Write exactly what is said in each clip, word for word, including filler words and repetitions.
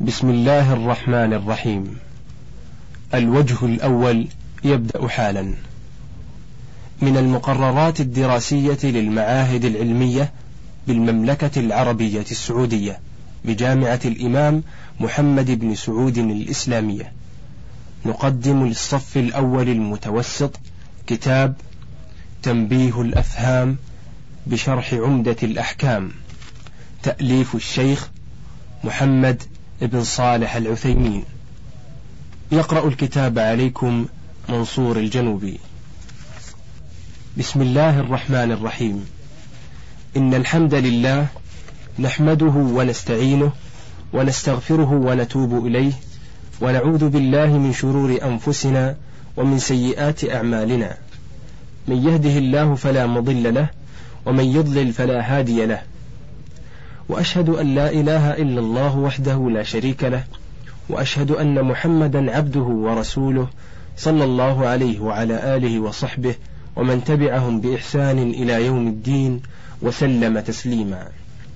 بسم الله الرحمن الرحيم. الوجه الأول يبدأ حالا. من المقررات الدراسية للمعاهد العلمية بالمملكة العربية السعودية بجامعة الإمام محمد بن سعود الإسلامية، نقدم للصف الأول المتوسط كتاب تنبيه الأفهام بشرح عمدة الأحكام، تأليف الشيخ محمد بن صالح العثيمين. يقرأ الكتاب عليكم منصور الجنوبي. بسم الله الرحمن الرحيم. إن الحمد لله نحمده ونستعينه ونستغفره ونتوب إليه، ونعوذ بالله من شرور أنفسنا ومن سيئات أعمالنا. من يهده الله فلا مضل له، ومن يضلل فلا هادي له. وأشهد أن لا إله إلا الله وحده لا شريك له، وأشهد أن محمدا عبده ورسوله صلى الله عليه وعلى آله وصحبه ومن تبعهم بإحسان إلى يوم الدين وسلم تسليما.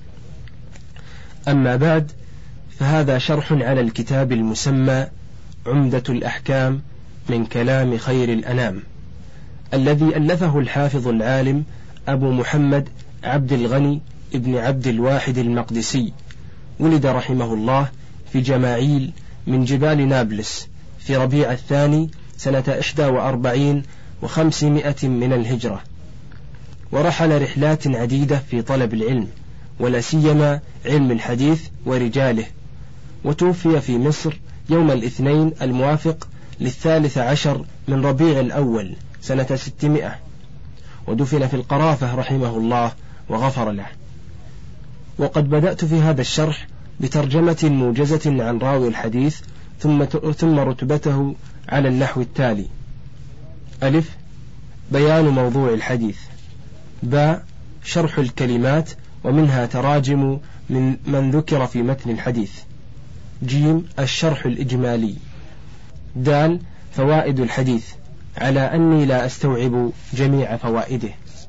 أما بعد، فهذا شرح على الكتاب المسمى عمدة الأحكام من كلام خير الأنام، الذي ألفه الحافظ العالم أبو محمد عبد الغني ابن عبد الواحد المقدسي. ولد رحمه الله في جماعيل من جبال نابلس في ربيع الثاني سنة إحدى وأربعين وخمسمائة من الهجرة، ورحل رحلات عديدة في طلب العلم، ولا سيما علم الحديث ورجاله، وتوفي في مصر يوم الاثنين الموافق للثالث عشر من ربيع الأول سنة ستمائة، ودفن في القرافة رحمه الله وغفر له. وقد بدأت في هذا الشرح بترجمة موجزة عن راوي الحديث، ثم ثم رتبته على النحو التالي: ألف، بيان موضوع الحديث. باء، شرح الكلمات ومنها تراجم من من ذكر في متن الحديث. جيم، الشرح الإجمالي. دال، فوائد الحديث، على أني لا أستوعب جميع فوائده.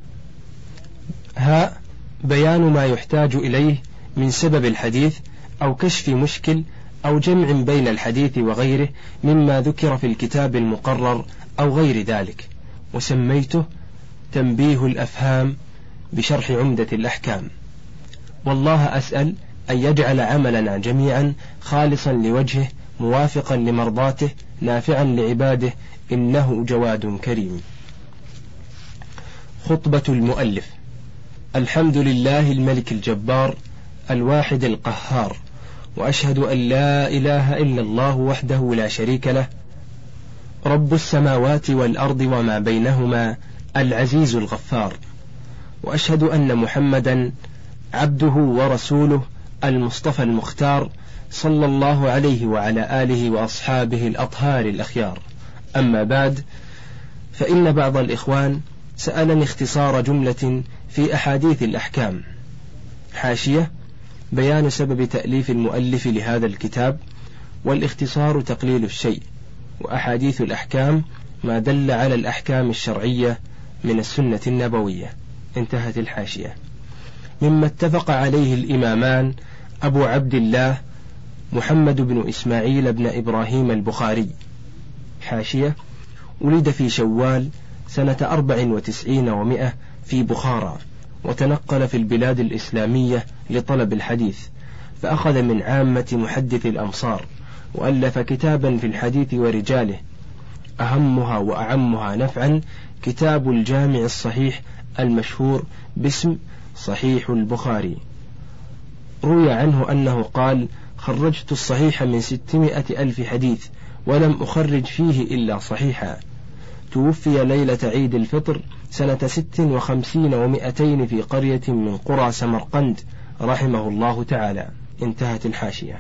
هاء، بيان ما يحتاج إليه من سبب الحديث أو كشف مشكل أو جمع بين الحديث وغيره مما ذكر في الكتاب المقرر أو غير ذلك، وسميته تنبيه الأفهام بشرح عمدة الأحكام. والله أسأل أن يجعل عملنا جميعا خالصا لوجهه، موافقا لمرضاته، نافعا لعباده، إنه جواد كريم. خطبة المؤلف. الحمد لله الملك الجبار الواحد القهار، وأشهد أن لا إله إلا الله وحده لا شريك له، رب السماوات والأرض وما بينهما، العزيز الغفار. وأشهد أن محمدا عبده ورسوله المصطفى المختار، صلى الله عليه وعلى آله وأصحابه الأطهار الأخيار. أما بعد، فإن بعض الإخوان سألني اختصار جملة في أحاديث الأحكام. حاشية: بيان سبب تأليف المؤلف لهذا الكتاب، والاختصار تقليل الشيء، وأحاديث الأحكام ما دل على الأحكام الشرعية من السنة النبوية. انتهت الحاشية. مما اتفق عليه الإمامان أبو عبد الله محمد بن إسماعيل بن إبراهيم البخاري. حاشية: ولد في شوال سنة أربع وتسعين ومئة في بخارى، وتنقل في البلاد الإسلامية لطلب الحديث، فأخذ من عامة محدث الأمصار، وألف كتابا في الحديث ورجاله، أهمها وأعمها نفعا كتاب الجامع الصحيح المشهور باسم صحيح البخاري. روي عنه أنه قال: خرجت الصحيح من ستمائة ألف حديث ولم أخرج فيه إلا صحيحا. توفي ليلة عيد الفطر سنة ست وخمسين ومائتين في قرية من قرى سمرقند رحمه الله تعالى. انتهت الحاشية.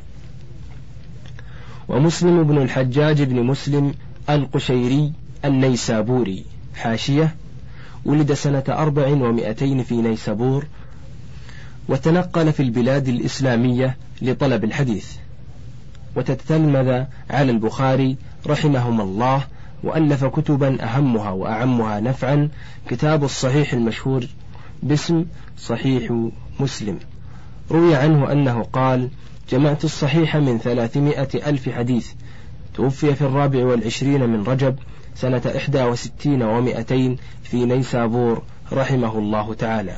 ومسلم بن الحجاج بن مسلم القشيري النيسابوري. حاشية: ولد سنة أربع ومائتين في نيسابور، وتنقل في البلاد الإسلامية لطلب الحديث، وتتلمذ على البخاري رحمهما الله، وألف كتبا أهمها وأعمها نفعا كتاب الصحيح المشهور باسم صحيح مسلم. روي عنه أنه قال: جمعت الصحيح من ثلاثمائة ألف حديث. توفي في الرابع والعشرين من رجب سنة إحدى وستين ومائتين في نيسابور رحمه الله تعالى.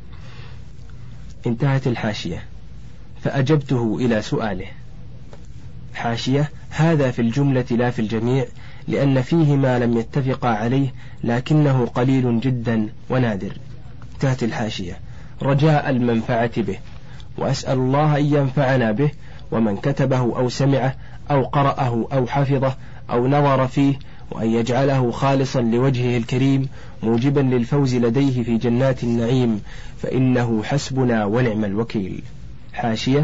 انتهت الحاشية. فأجبته إلى سؤاله. حاشية: هذا في الجملة لا في الجميع، لأن فيه ما لم يتفق عليه لكنه قليل جدا ونادر. انتهت الحاشية. رجاء المنفعة به، وأسأل الله أن ينفعنا به ومن كتبه أو سمعه أو قرأه أو حفظه أو نظر فيه، وأن يجعله خالصا لوجهه الكريم موجبا للفوز لديه في جنات النعيم، فإنه حسبنا ونعم الوكيل. حاشية: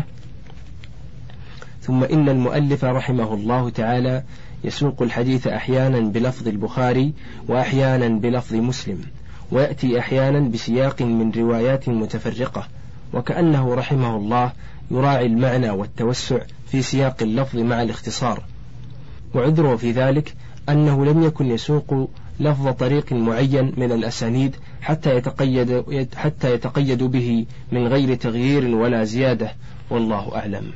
ثم إن المؤلف رحمه الله تعالى يسوق الحديث أحيانا بلفظ البخاري وأحيانا بلفظ مسلم، ويأتي أحيانا بسياق من روايات متفرقة، وكأنه رحمه الله يراعي المعنى والتوسع في سياق اللفظ مع الاختصار. وعذره في ذلك أنه لم يكن يسوق لفظ طريق معين من الأسانيد حتى يتقيد, حتى يتقيد به من غير تغيير ولا زيادة، والله أعلم.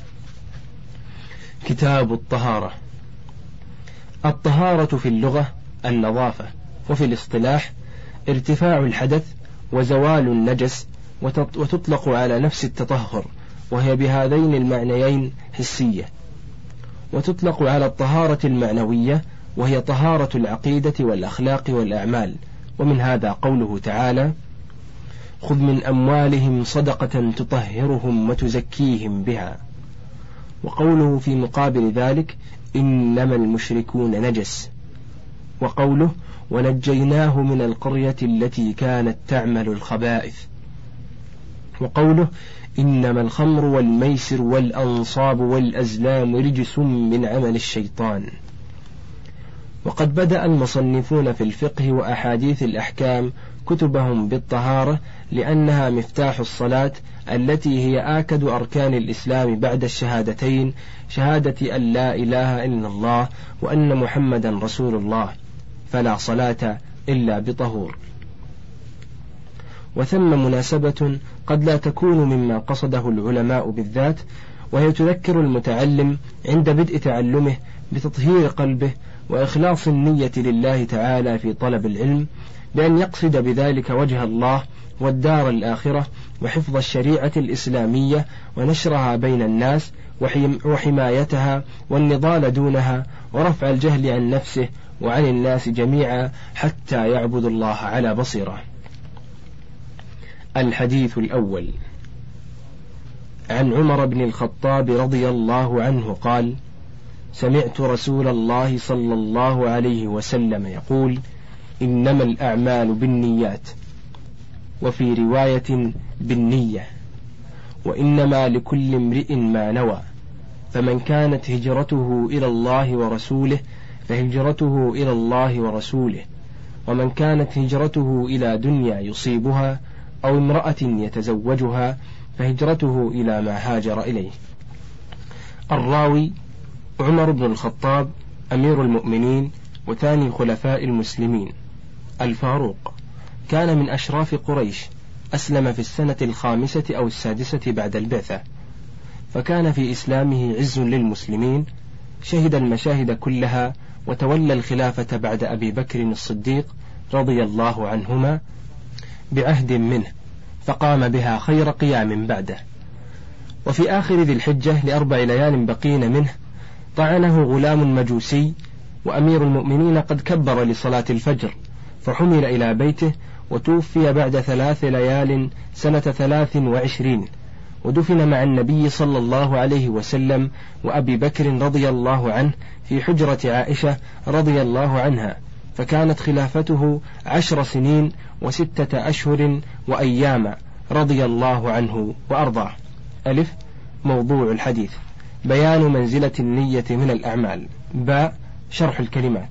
كتاب الطهارة. الطهارة في اللغة النظافة، وفي الاصطلاح ارتفاع الحدث وزوال النجس، وتطلق على نفس التطهر، وهي بهذين المعنيين حسية. وتطلق على الطهارة المعنوية، وهي طهارة العقيدة والأخلاق والأعمال، ومن هذا قوله تعالى: خذ من أموالهم صدقة تطهرهم وتزكيهم بها. وقوله في مقابل ذلك: إنما المشركون نجس. وقوله: ونجيناه من القرية التي كانت تعمل الخبائث. وقوله: إنما الخمر والميسر والأنصاب والأزلام رجس من عمل الشيطان. وقد بدأ المصنفون في الفقه وأحاديث الأحكام كتبهم بالطهارة، لأنها مفتاح الصلاة التي هي آكد أركان الإسلام بعد الشهادتين، شهادة أن لا إله إلا الله وأن محمدا رسول الله، فلا صلاة إلا بطهور. وثم مناسبة قد لا تكون مما قصده العلماء بالذات، وهي تذكر المتعلم عند بدء تعلمه بتطهير قلبه وإخلاص النية لله تعالى في طلب العلم، بأن يقصد بذلك وجه الله والدار الآخرة، وحفظ الشريعة الإسلامية ونشرها بين الناس، وحمايتها والنضال دونها، ورفع الجهل عن نفسه وعن الناس جميعا حتى يعبد الله على بصيرة. الحديث الأول: عن عمر بن الخطاب رضي الله عنه قال: سمعت رسول الله صلى الله عليه وسلم يقول: إنما الأعمال بالنيات، وفي رواية بالنية، وإنما لكل امرئ ما نوى، فمن كانت هجرته إلى الله ورسوله فهجرته إلى الله ورسوله، ومن كانت هجرته إلى دنيا يصيبها أو امرأة يتزوجها فهجرته إلى ما هاجر إليه. الراوي عمر بن الخطاب أمير المؤمنين وثاني خلفاء المسلمين الفاروق، كان من أشراف قريش، أسلم في السنة الخامسة أو السادسة بعد البعثة، فكان في إسلامه عز للمسلمين، شهد المشاهد كلها، وتولى الخلافة بعد أبي بكر الصديق رضي الله عنهما بعهد منه، فقام بها خير قيام بعده. وفي آخر ذي الحجة لأربع ليال بقين منه طعنه غلام مجوسي، وأمير المؤمنين قد كبر لصلاة الفجر، فحمل إلى بيته، وتوفي بعد ثلاث ليال سنة ثلاث وعشرين، ودفن مع النبي صلى الله عليه وسلم وأبي بكر رضي الله عنه في حجرة عائشة رضي الله عنها، فكانت خلافته عشر سنين وستة أشهر وأيام رضي الله عنه وأرضاه. ألف. موضوع الحديث: بيان منزلة النية من الأعمال. باء. شرح الكلمات.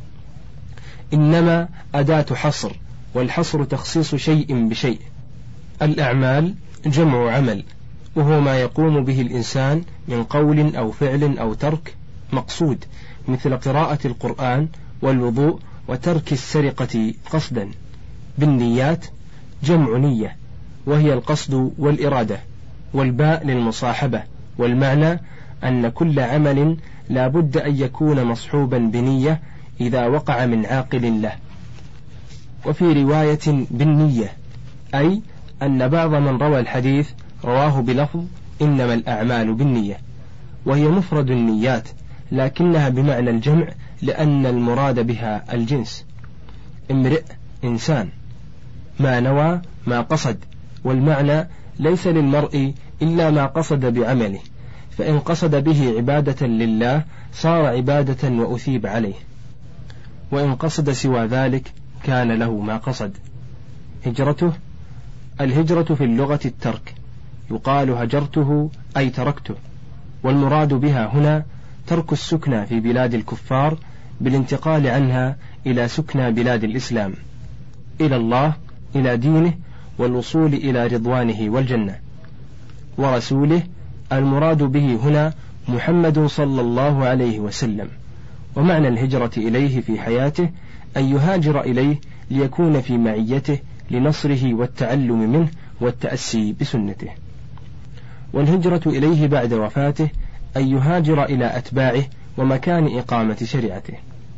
إنما أداة حصر، والحصر تخصيص شيء بشيء. الأعمال جمع عمل، وهو ما يقوم به الإنسان من قول أو فعل أو ترك مقصود، مثل قراءة القرآن والوضوء وترك السرقة قصدا. بالنيات جمع نية، وهي القصد والإرادة، والباء للمصاحبة، والمعنى أن كل عمل لا بد أن يكون مصحوبا بنية إذا وقع من عاقل له. وفي رواية بالنية، أي أن بعض من روى الحديث رواه بلفظ إنما الأعمال بالنية، وهي مفرد النيات لكنها بمعنى الجمع لأن المراد بها الجنس. امرئ إنسان، ما نوى ما قصد، والمعنى ليس للمرء إلا ما قصد بعمله، فإن قصد به عبادة لله صار عبادة وأثيب عليه، وإن قصد سوى ذلك كان له ما قصد. هجرته، الهجرة في اللغة الترك، يقال هجرته أي تركته، والمراد بها هنا ترك السكنى في بلاد الكفار بالانتقال عنها إلى سكنى بلاد الإسلام، إلى الله، إلى دينه، والوصول إلى رضوانه والجنة. ورسوله المراد به هنا محمد صلى الله عليه وسلم، ومعنى الهجرة إليه في حياته أن يهاجر إليه ليكون في معيته لنصره والتعلم منه والتأسي بسنته. والهجرة إليه بعد وفاته أن يهاجر إلى أتباعه ومكان إقامة شريعته.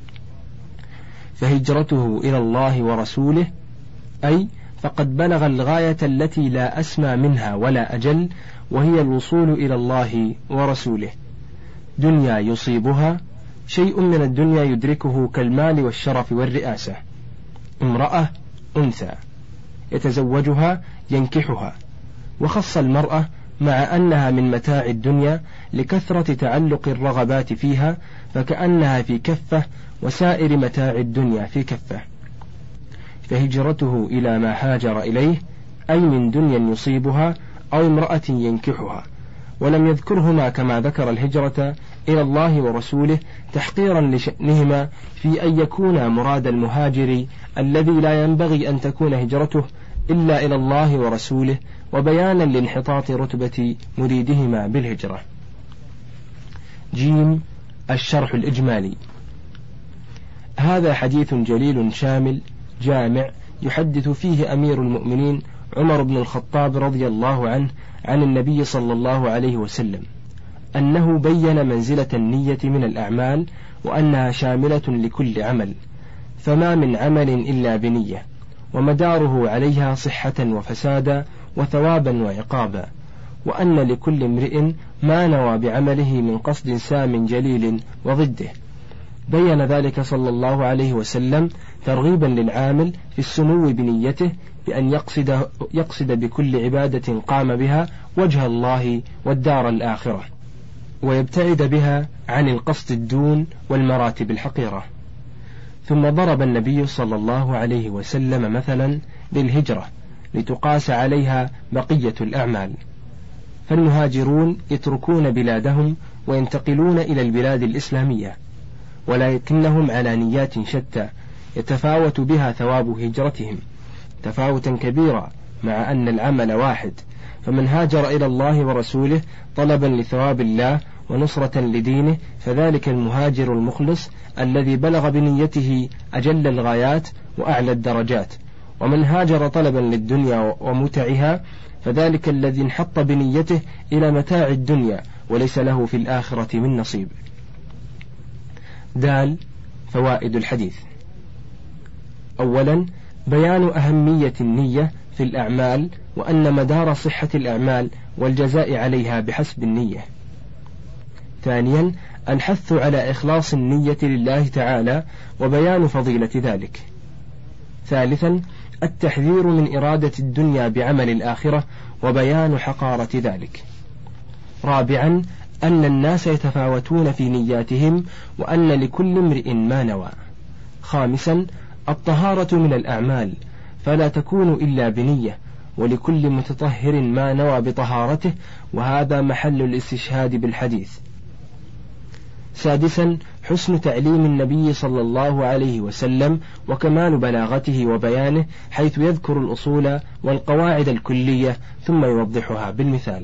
فهجرته إلى الله ورسوله أي فقد بلغ الغاية التي لا أسمى منها ولا أجل، وهي الوصول إلى الله ورسوله. دنيا يصيبها، شيء من الدنيا يدركه كالمال والشرف والرئاسة، امرأة أنثى يتزوجها ينكحها، وخص المرأة مع أنها من متاع الدنيا لكثرة تعلق الرغبات فيها، فكأنها في كفة وسائر متاع الدنيا في كفة. فهجرته إلى ما هاجر إليه أي من دنيا يصيبها أو امرأة ينكحها، ولم يذكرهما كما ذكر الهجرة إلى الله ورسوله تحقيرا لشأنهما في أن يكون مراد المهاجر الذي لا ينبغي أن تكون هجرته إلا إلى الله ورسوله، وبيانا لانحطاط رتبة مريدهما بالهجرة. جيم الشرح الإجمالي. هذا حديث جليل شامل جامع يحدث فيه أمير المؤمنين عمر بن الخطاب رضي الله عنه عن النبي صلى الله عليه وسلم أنه بين منزلة النية من الأعمال، وأنها شاملة لكل عمل، فما من عمل إلا بنية، ومداره عليها صحة وفسادا وثوابا وعقابا، وأن لكل امرئ ما نوى بعمله من قصد سام جليل وضده. بين ذلك صلى الله عليه وسلم ترغيبا للعامل في السمو بنيته بأن يقصد, يقصد بكل عبادة قام بها وجه الله والدار الآخرة، ويبتعد بها عن القصد الدون والمراتب الحقيرة. ثم ضرب النبي صلى الله عليه وسلم مثلا للهجرة لتقاس عليها بقية الأعمال. فالمهاجرون يتركون بلادهم وينتقلون إلى البلاد الإسلامية، ولكنهم على نيات شتى يتفاوت بها ثواب هجرتهم تفاوتا كبيرا، مع أن العمل واحد. فمن هاجر إلى الله ورسوله طلبا لثواب الله ونصرة لدينه فذلك المهاجر المخلص الذي بلغ بنيته أجل الغايات وأعلى الدرجات. ومن هاجر طلبا للدنيا ومتعها فذلك الذي انحط بنيته إلى متاع الدنيا وليس له في الآخرة من نصيب. دال فوائد الحديث. أولا بيان أهمية النية في الأعمال، وأن مدار صحة الأعمال والجزاء عليها بحسب النية. ثانيا الحث على إخلاص النية لله تعالى وبيان فضيلة ذلك. ثالثا التحذير من إرادة الدنيا بعمل الآخرة وبيان حقارة ذلك. رابعا أن الناس يتفاوتون في نياتهم وأن لكل امرئ ما نوى. خامسا الطهارة من الأعمال فلا تكون إلا بنية، ولكل متطهر ما نوى بطهارته، وهذا محل الاستشهاد بالحديث. سادسا حسن تعليم النبي صلى الله عليه وسلم وكمال بلاغته وبيانه، حيث يذكر الأصول والقواعد الكلية ثم يوضحها بالمثال.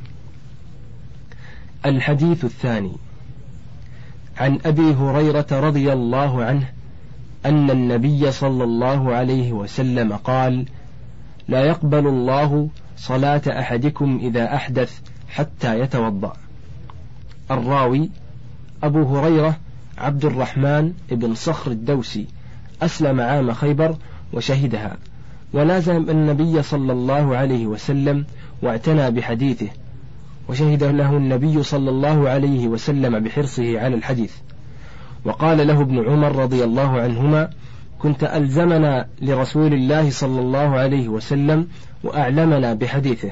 الحديث الثاني عن أبي هريرة رضي الله عنه أن النبي صلى الله عليه وسلم قال: لا يقبل الله صلاة أحدكم إذا أحدث حتى يتوضأ. الراوي أبو هريرة عبد الرحمن بن صخر الدوسي، أسلم عام خيبر وشهدها، ولازم النبي صلى الله عليه وسلم واعتنى بحديثه، وشهد له النبي صلى الله عليه وسلم بحرصه على الحديث. وقال له ابن عمر رضي الله عنهما: كنت ألزمنا لرسول الله صلى الله عليه وسلم وأعلمنا بحديثه.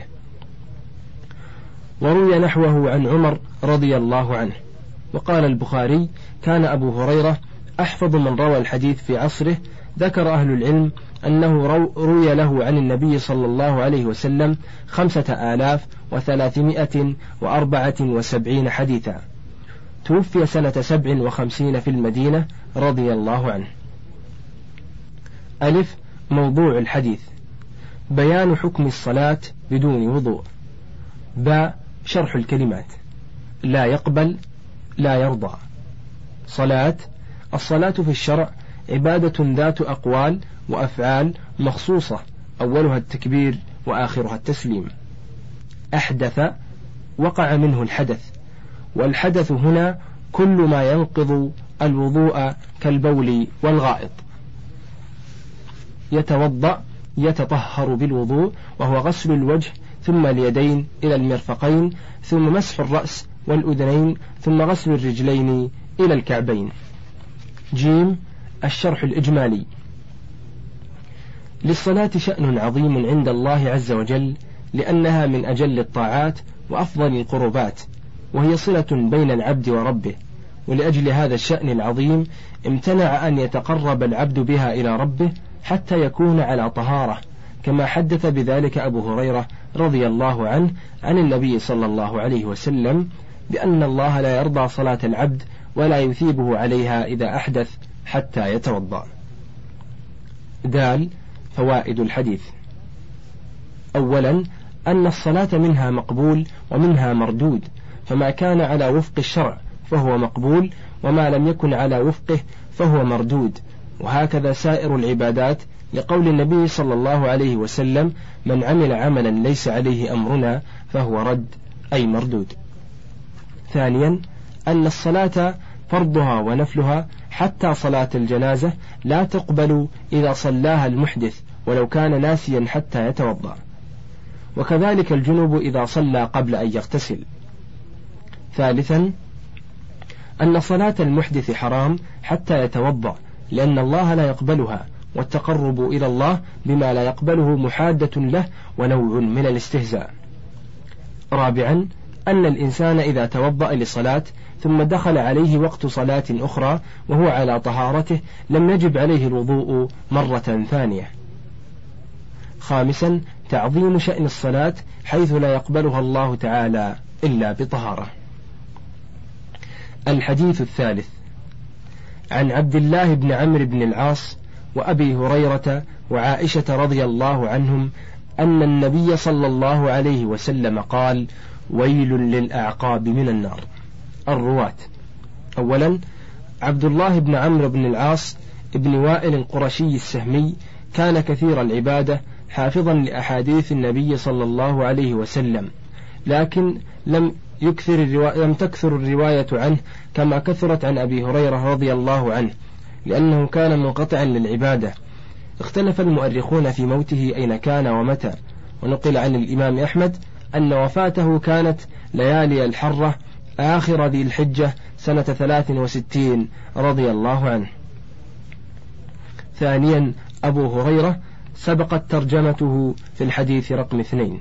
وروي نحوه عن عمر رضي الله عنه. وقال البخاري: كان أبو هريرة أحفظ من روى الحديث في عصره. ذكر أهل العلم أنه روي له عن النبي صلى الله عليه وسلم خمسة آلاف وثلاثمائة وأربعة وسبعين حديثا. توفي سنة سبع وخمسين في المدينة رضي الله عنه. ألف. موضوع الحديث: بيان حكم الصلاة بدون وضوء. باء. شرح الكلمات: لا يقبل، لا يرضى. صلاة: الصلاة في الشرع عبادة ذات أقوال وأفعال مخصوصة، أولها التكبير وآخرها التسليم. أحدث: وقع منه الحدث، والحدث هنا كل ما ينقض الوضوء كالبول والغائط. يتوضأ: يتطهر بالوضوء، وهو غسل الوجه ثم اليدين إلى المرفقين، ثم مسح الرأس والأذنين، ثم غسل الرجلين إلى الكعبين. جيم. الشرح الإجمالي: للصلاة شأن عظيم عند الله عز وجل، لأنها من أجل الطاعات وأفضل القربات، وهي صلة بين العبد وربه. ولأجل هذا الشأن العظيم امتنع أن يتقرب العبد بها إلى ربه حتى يكون على طهارة، كما حدث بذلك أبو هريرة رضي الله عنه عن النبي صلى الله عليه وسلم بأن الله لا يرضى صلاة العبد ولا يثيبه عليها إذا أحدث حتى يتوضأ. دال. فوائد الحديث: أولا، أن الصلاة منها مقبول ومنها مردود، فما كان على وفق الشرع فهو مقبول، وما لم يكن على وفقه فهو مردود، وهكذا سائر العبادات، لقول النبي صلى الله عليه وسلم: من عمل عملا ليس عليه أمرنا فهو رد، أي مردود. ثانيا، أن الصلاة فرضها ونفلها حتى صلاة الجنازة لا تقبل إذا صلاها المحدث ولو كان ناسيا حتى يتوضأ، وكذلك الجنوب إذا صلى قبل أن يغتسل. ثالثا، أن صلاة المحدث حرام حتى يتوضأ، لأن الله لا يقبلها، والتقرب إلى الله بما لا يقبله محادة له ونوع من الاستهزاء. رابعا، أن الإنسان إذا توضأ لصلاة ثم دخل عليه وقت صلاة أخرى وهو على طهارته لم يجب عليه الوضوء مرة ثانية. خامسا، تعظيم شأن الصلاة حيث لا يقبلها الله تعالى إلا بطهارة. الحديث الثالث: عن عبد الله بن عمرو بن العاص وأبي هريرة وعائشة رضي الله عنهم أن النبي صلى الله عليه وسلم قال: ويل للأعقاب من النار. الرواة: أولا، عبد الله بن عمرو بن العاص ابن وائل القرشي السهمي، كان كثير العبادة حافظا لأحاديث النبي صلى الله عليه وسلم، لكن لم يكثر الرواية لم تكثر الرواية عنه كما كثرت عن أبي هريرة رضي الله عنه، لأنه كان منقطعا للعبادة. اختلف المؤرخون في موته أين كان ومتى، ونقل عن الإمام أحمد أن وفاته كانت ليالي الحرة آخر ذي الحجة سنة ثلاث وستين رضي الله عنه. ثانيا، أبو هريرة سبقت ترجمته في الحديث رقم اثنين.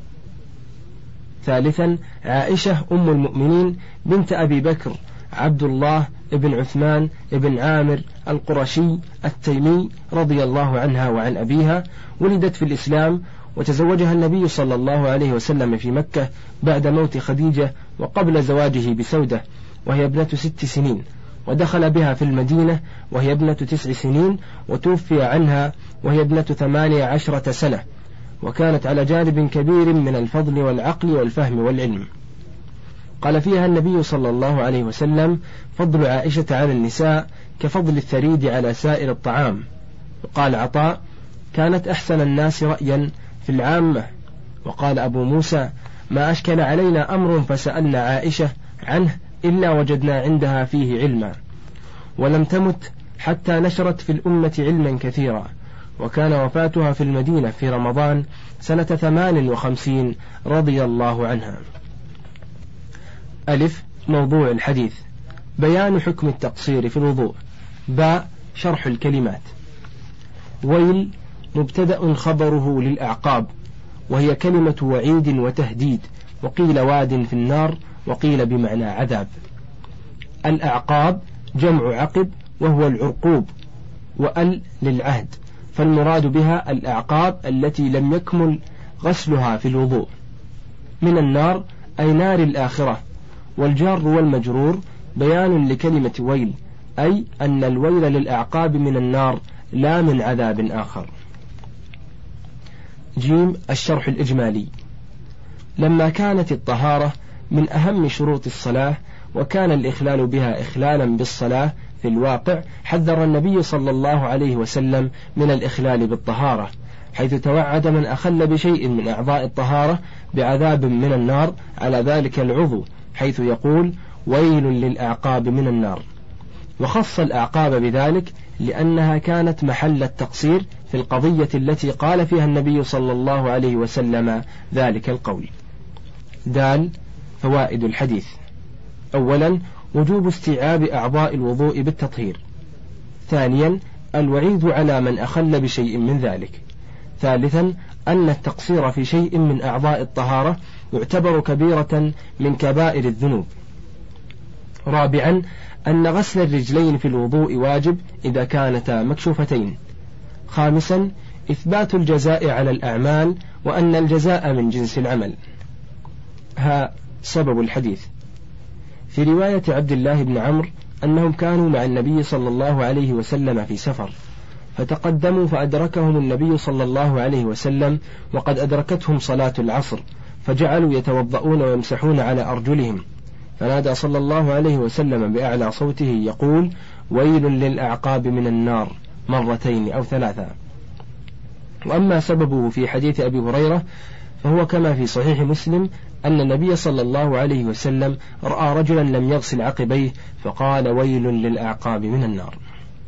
ثالثا، عائشة أم المؤمنين بنت أبي بكر عبد الله ابن عثمان ابن عامر القرشي التيمي رضي الله عنها وعن أبيها، ولدت في الإسلام، وتزوجها النبي صلى الله عليه وسلم في مكة بعد موت خديجة وقبل زواجه بسودة وهي ابنة ست سنين، ودخل بها في المدينة وهي ابنة تسع سنين، وتوفي عنها وهي ابنة ثمانية عشرة سنة، وكانت على جانب كبير من الفضل والعقل والفهم والعلم. قال فيها النبي صلى الله عليه وسلم: فضل عائشة على النساء كفضل الثريد على سائر الطعام. وقال عطاء: كانت أحسن الناس رأيا في العامة. وقال أبو موسى: ما أشكل علينا أمر فسألنا عائشة عنه إلا وجدنا عندها فيه علما، ولم تمت حتى نشرت في الأمة علما كثيرا. وكان وفاتها في المدينة في رمضان سنة ثمان وخمسين رضي الله عنها. ألف موضوع الحديث: بيان حكم التقصير في الوضوء. باء شرح الكلمات. ويل مبتدأ خبره للأعقاب، وهي كلمة وعيد وتهديد، وقيل واد في النار، وقيل بمعنى عذاب. الأعقاب جمع عقب وهو العرقوب، وأل للعهد، فالمراد بها الأعقاب التي لم يكمل غسلها في الوضوء. من النار أي نار الآخرة. والجار والمجرور بيان لكلمة ويل، أي أن الويل للأعقاب من النار لا من عذاب آخر. جيم الشرح الإجمالي. لما كانت الطهارة من أهم شروط الصلاة، وكان الإخلال بها إخلالا بالصلاة في الواقع، حذر النبي صلى الله عليه وسلم من الإخلال بالطهارة، حيث توعد من أخل بشيء من أعضاء الطهارة بعذاب من النار على ذلك العضو، حيث يقول: ويل للأعقاب من النار. وخص الأعقاب بذلك لأنها كانت محل التقصير في القضية التي قال فيها النبي صلى الله عليه وسلم ذلك القول. دال فوائد الحديث: أولا وجوب استيعاب أعضاء الوضوء بالتطهير. ثانيا الوعيد على من أخل بشيء من ذلك. ثالثا أن التقصير في شيء من أعضاء الطهارة يعتبر كبيرة من كبائر الذنوب. رابعا أن غسل الرجلين في الوضوء واجب إذا كانتا مكشوفتين. خامسا إثبات الجزاء على الأعمال، وأن الجزاء من جنس العمل. ها سبب الحديث: في رواية عبد الله بن عمرو أنهم كانوا مع النبي صلى الله عليه وسلم في سفر، فتقدموا فأدركهم النبي صلى الله عليه وسلم وقد أدركتهم صلاة العصر، فجعلوا يتوضؤون ويمسحون على أرجلهم، فنادى صلى الله عليه وسلم بأعلى صوته يقول: ويل للأعقاب من النار، مرتين أو ثلاثا. وأما سببه في حديث أبي هريرة فهو كما في صحيح مسلم أن النبي صلى الله عليه وسلم رأى رجلا لم يغسل عقبيه فقال: ويل للأعقاب من النار.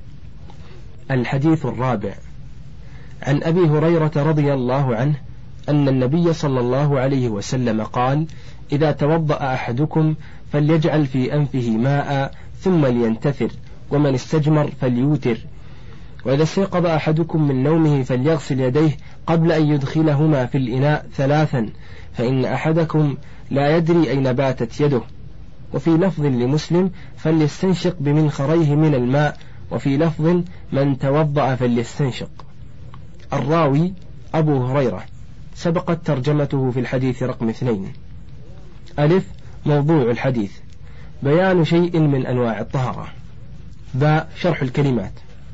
الحديث الرابع: عن أبي هريرة رضي الله عنه أن النبي صلى الله عليه وسلم قال: إذا توضأ أحدكم فليجعل في أنفه ماء ثم لينتثر، ومن استجمر فليوتر، وإذا استيقظ أحدكم من نومه فليغسل يديه قبل أن يدخلهما في الإناء ثلاثا، فإن أحدكم لا يدري أين باتت يده. وفي لفظ لمسلم: فليستنشق بمنخريه من الماء. وفي لفظ: من توضأ فليستنشق. الراوي أبو هريرة، سبقت ترجمته في الحديث رقم اثنين. ألف موضوع الحديث: بيان شيء من أنواع الطهارة. باء شرح الكلمات.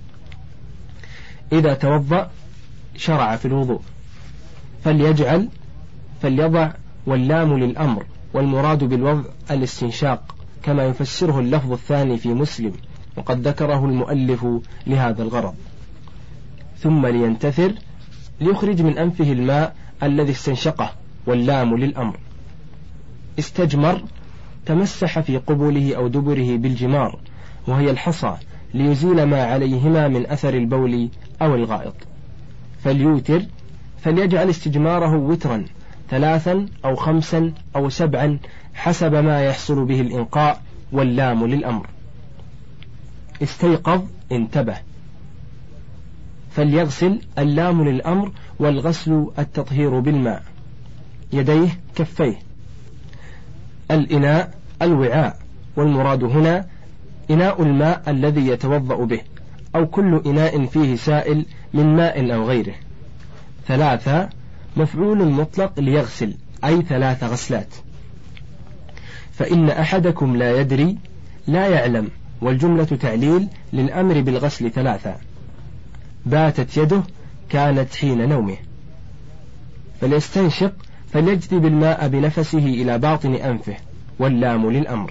إذا توضأ شرع في الوضوء. فليجعل، فليضع، واللام للأمر، والمراد بالوضع الاستنشاق، كما يفسره اللفظ الثاني في مسلم، وقد ذكره المؤلف لهذا الغرض. ثم لينتثر، ليخرج من أنفه الماء الذي استنشقه، واللام للأمر. استجمر، تمسح في قبله أو دبره بالجمار، وهي الحصى، ليزيل ما عليهما من أثر البول أو الغائط. فليوتر، فليجعل استجماره وترا، ثلاثا أو خمسا أو سبعا حسب ما يحصل به الإنقاء، واللام للأمر. استيقظ، انتبه. فليغسل، اللام للأمر، والغسل التطهير بالماء. يديه، كفيه. الإناء، الوعاء، والمراد هنا إناء الماء الذي يتوضأ به، أو كل إناء فيه سائل من ماء أو غيره. ثلاثة مفعول مطلق ليغسل، أي ثلاث غسلات. فإن أحدكم لا يدري، لا يعلم، والجملة تعليل للأمر بالغسل ثلاثة. باتت يده، كانت حين نومه. فليستنشق، فليجذب الماء بنفسه إلى باطن أنفه، واللام للأمر.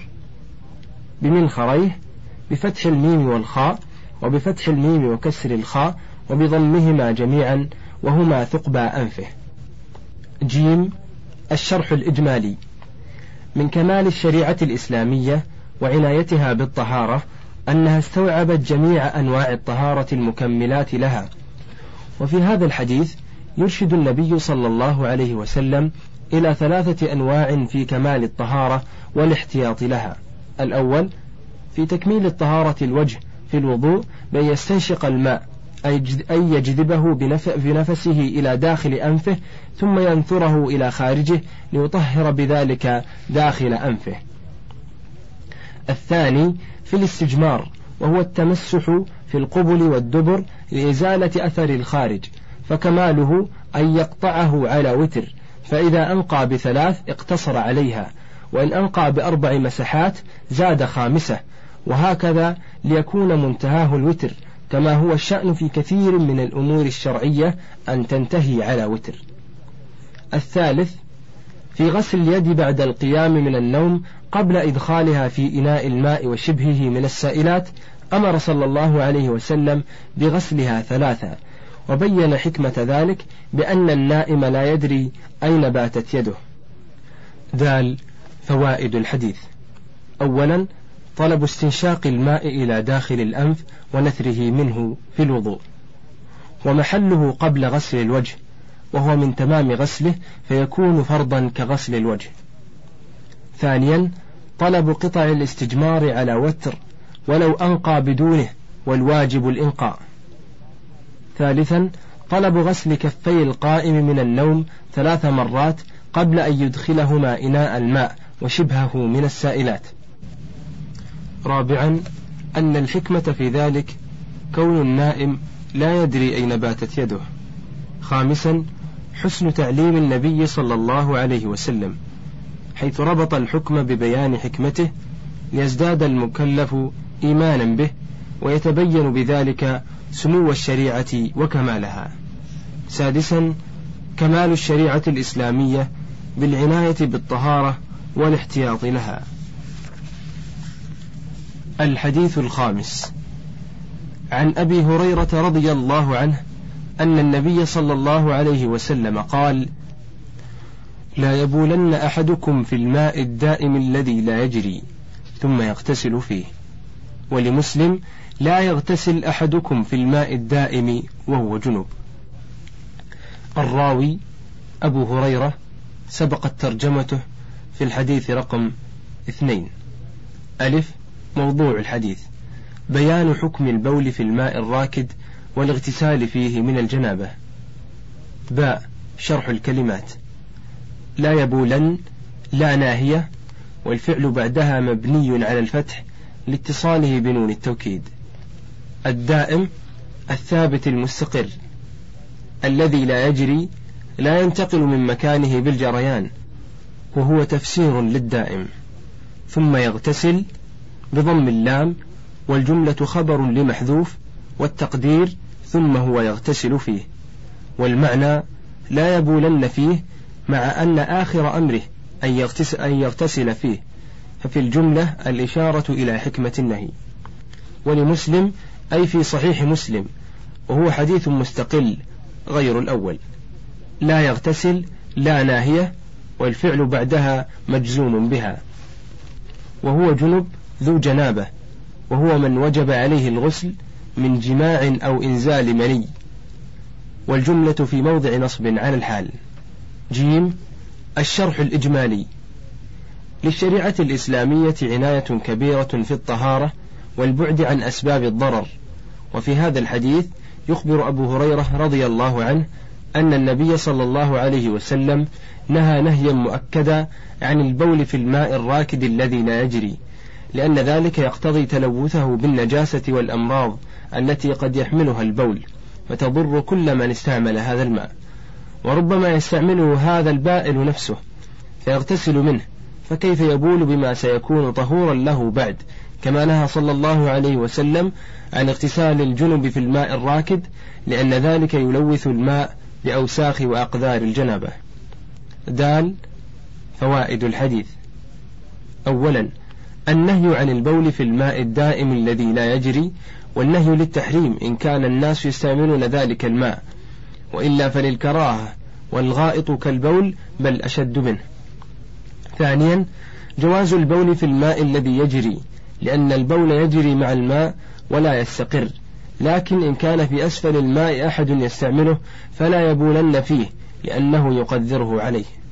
بمنخريه، بفتح الميم والخاء، وبفتح الميم وكسر الخاء، وبضمهما جميعا وهما ثقبى أنفه. جيم الشرح الإجمالي. من كمال الشريعة الإسلامية وعنايتها بالطهارة أنها استوعبت جميع أنواع الطهارة المكملات لها. وفي هذا الحديث يرشد النبي صلى الله عليه وسلم إلى ثلاثة أنواع في كمال الطهارة والاحتياط لها. الأول في تكميل الطهارة الوجه في الوضوء بأن يستنشق الماء أي يجذبه بنفسه إلى داخل أنفه ثم ينثره إلى خارجه ليطهر بذلك داخل أنفه. الثاني في الاستجمار وهو التمسح في القبل والدبر لإزالة أثر الخارج، فكماله أن يقطعه على وتر، فإذا أنقى بثلاث اقتصر عليها، وإن أنقى بأربع مسحات زاد خامسة، وهكذا ليكون منتهاه الوتر، كما هو الشأن في كثير من الأمور الشرعية أن تنتهي على وتر. الثالث في غسل اليد بعد القيام من النوم قبل إدخالها في إناء الماء وشبهه من السائلات، أمر صلى الله عليه وسلم بغسلها ثلاثا، وبين حكمة ذلك بأن النائم لا يدري أين باتت يده. دال فوائد الحديث. أولا طلب استنشاق الماء إلى داخل الأنف ونثره منه في الوضوء، ومحله قبل غسل الوجه، وهو من تمام غسله فيكون فرضا كغسل الوجه. ثانيا طلب قطع الاستجمار على وتر ولو أنقى بدونه، والواجب الإنقاء. ثالثا طلب غسل كفي القائم من النوم ثلاث مرات قبل أن يدخلهما إناء الماء وشبهه من السائلات. رابعا أن الحكمة في ذلك كون النائم لا يدري أين باتت يده. خامسا حسن تعليم النبي صلى الله عليه وسلم، حيث ربط الحكم ببيان حكمته ليزداد المكلف إيمانا به ويتبين بذلك سمو الشريعة وكمالها. سادسا كمال الشريعة الإسلامية بالعناية بالطهارة والاحتياط لها. الحديث الخامس عن أبي هريرة رضي الله عنه أن النبي صلى الله عليه وسلم قال: لا يبولن أحدكم في الماء الدائم الذي لا يجري ثم يغتسل فيه. ولمسلم: لا يغتسل أحدكم في الماء الدائم وهو جنب. الراوي أبو هريرة سبقت ترجمته في الحديث رقم اثنين. ألف موضوع الحديث: بيان حكم البول في الماء الراكد والاغتسال فيه من الجنابة. باء شرح الكلمات: لا يبولن لا ناهية، والفعل بعدها مبني على الفتح لاتصاله بنون التوكيد. الدائم الثابت المستقر، الذي لا يجري لا ينتقل من مكانه بالجريان، وهو تفسير للدائم. ثم يغتسل بضم اللام، والجملة خبر لمحذوف، والتقدير ثم هو يغتسل فيه، والمعنى لا يبولن فيه، مع أن آخر أمره أن يغتسل, أن يغتسل فيه، ففي الجملة الإشارة إلى حكمة النهي. ولمسلم أي في صحيح مسلم، وهو حديث مستقل غير الأول. لا يغتسل لا ناهية، والفعل بعدها مجزوم بها، وهو جنب ذو جنابة، وهو من وجب عليه الغسل من جماع أو إنزال مني، والجملة في موضع نصب عن الحال. جيم الشرح الإجمالي. للشريعة الإسلامية عناية كبيرة في الطهارة والبعد عن أسباب الضرر. وفي هذا الحديث يخبر أبو هريرة رضي الله عنه أن النبي صلى الله عليه وسلم نهى نهيا مؤكدا عن البول في الماء الراكد الذي لا يجري، لأن ذلك يقتضي تلوثه بالنجاسة والأمراض التي قد يحملها البول، فتضر كل من استعمل هذا الماء، وربما يستعمله هذا البائل نفسه فيغتسل منه، فكيف يبول بما سيكون طهورا له بعد، كما نهى صلى الله عليه وسلم عن اغتسال الجنب في الماء الراكد، لأن ذلك يلوث الماء بأوساخ وأقذار الجنابة. دال فوائد الحديث. أولا النهي عن البول في الماء الدائم الذي لا يجري، والنهي للتحريم إن كان الناس يستعملون ذلك الماء، وإلا فللكراهة، والغائط كالبول بل أشد منه. ثانيا جواز البول في الماء الذي يجري، لأن البول يجري مع الماء ولا يستقر، لكن إن كان في أسفل الماء أحد يستعمله فلا يبولن فيه لأنه يقدره عليه.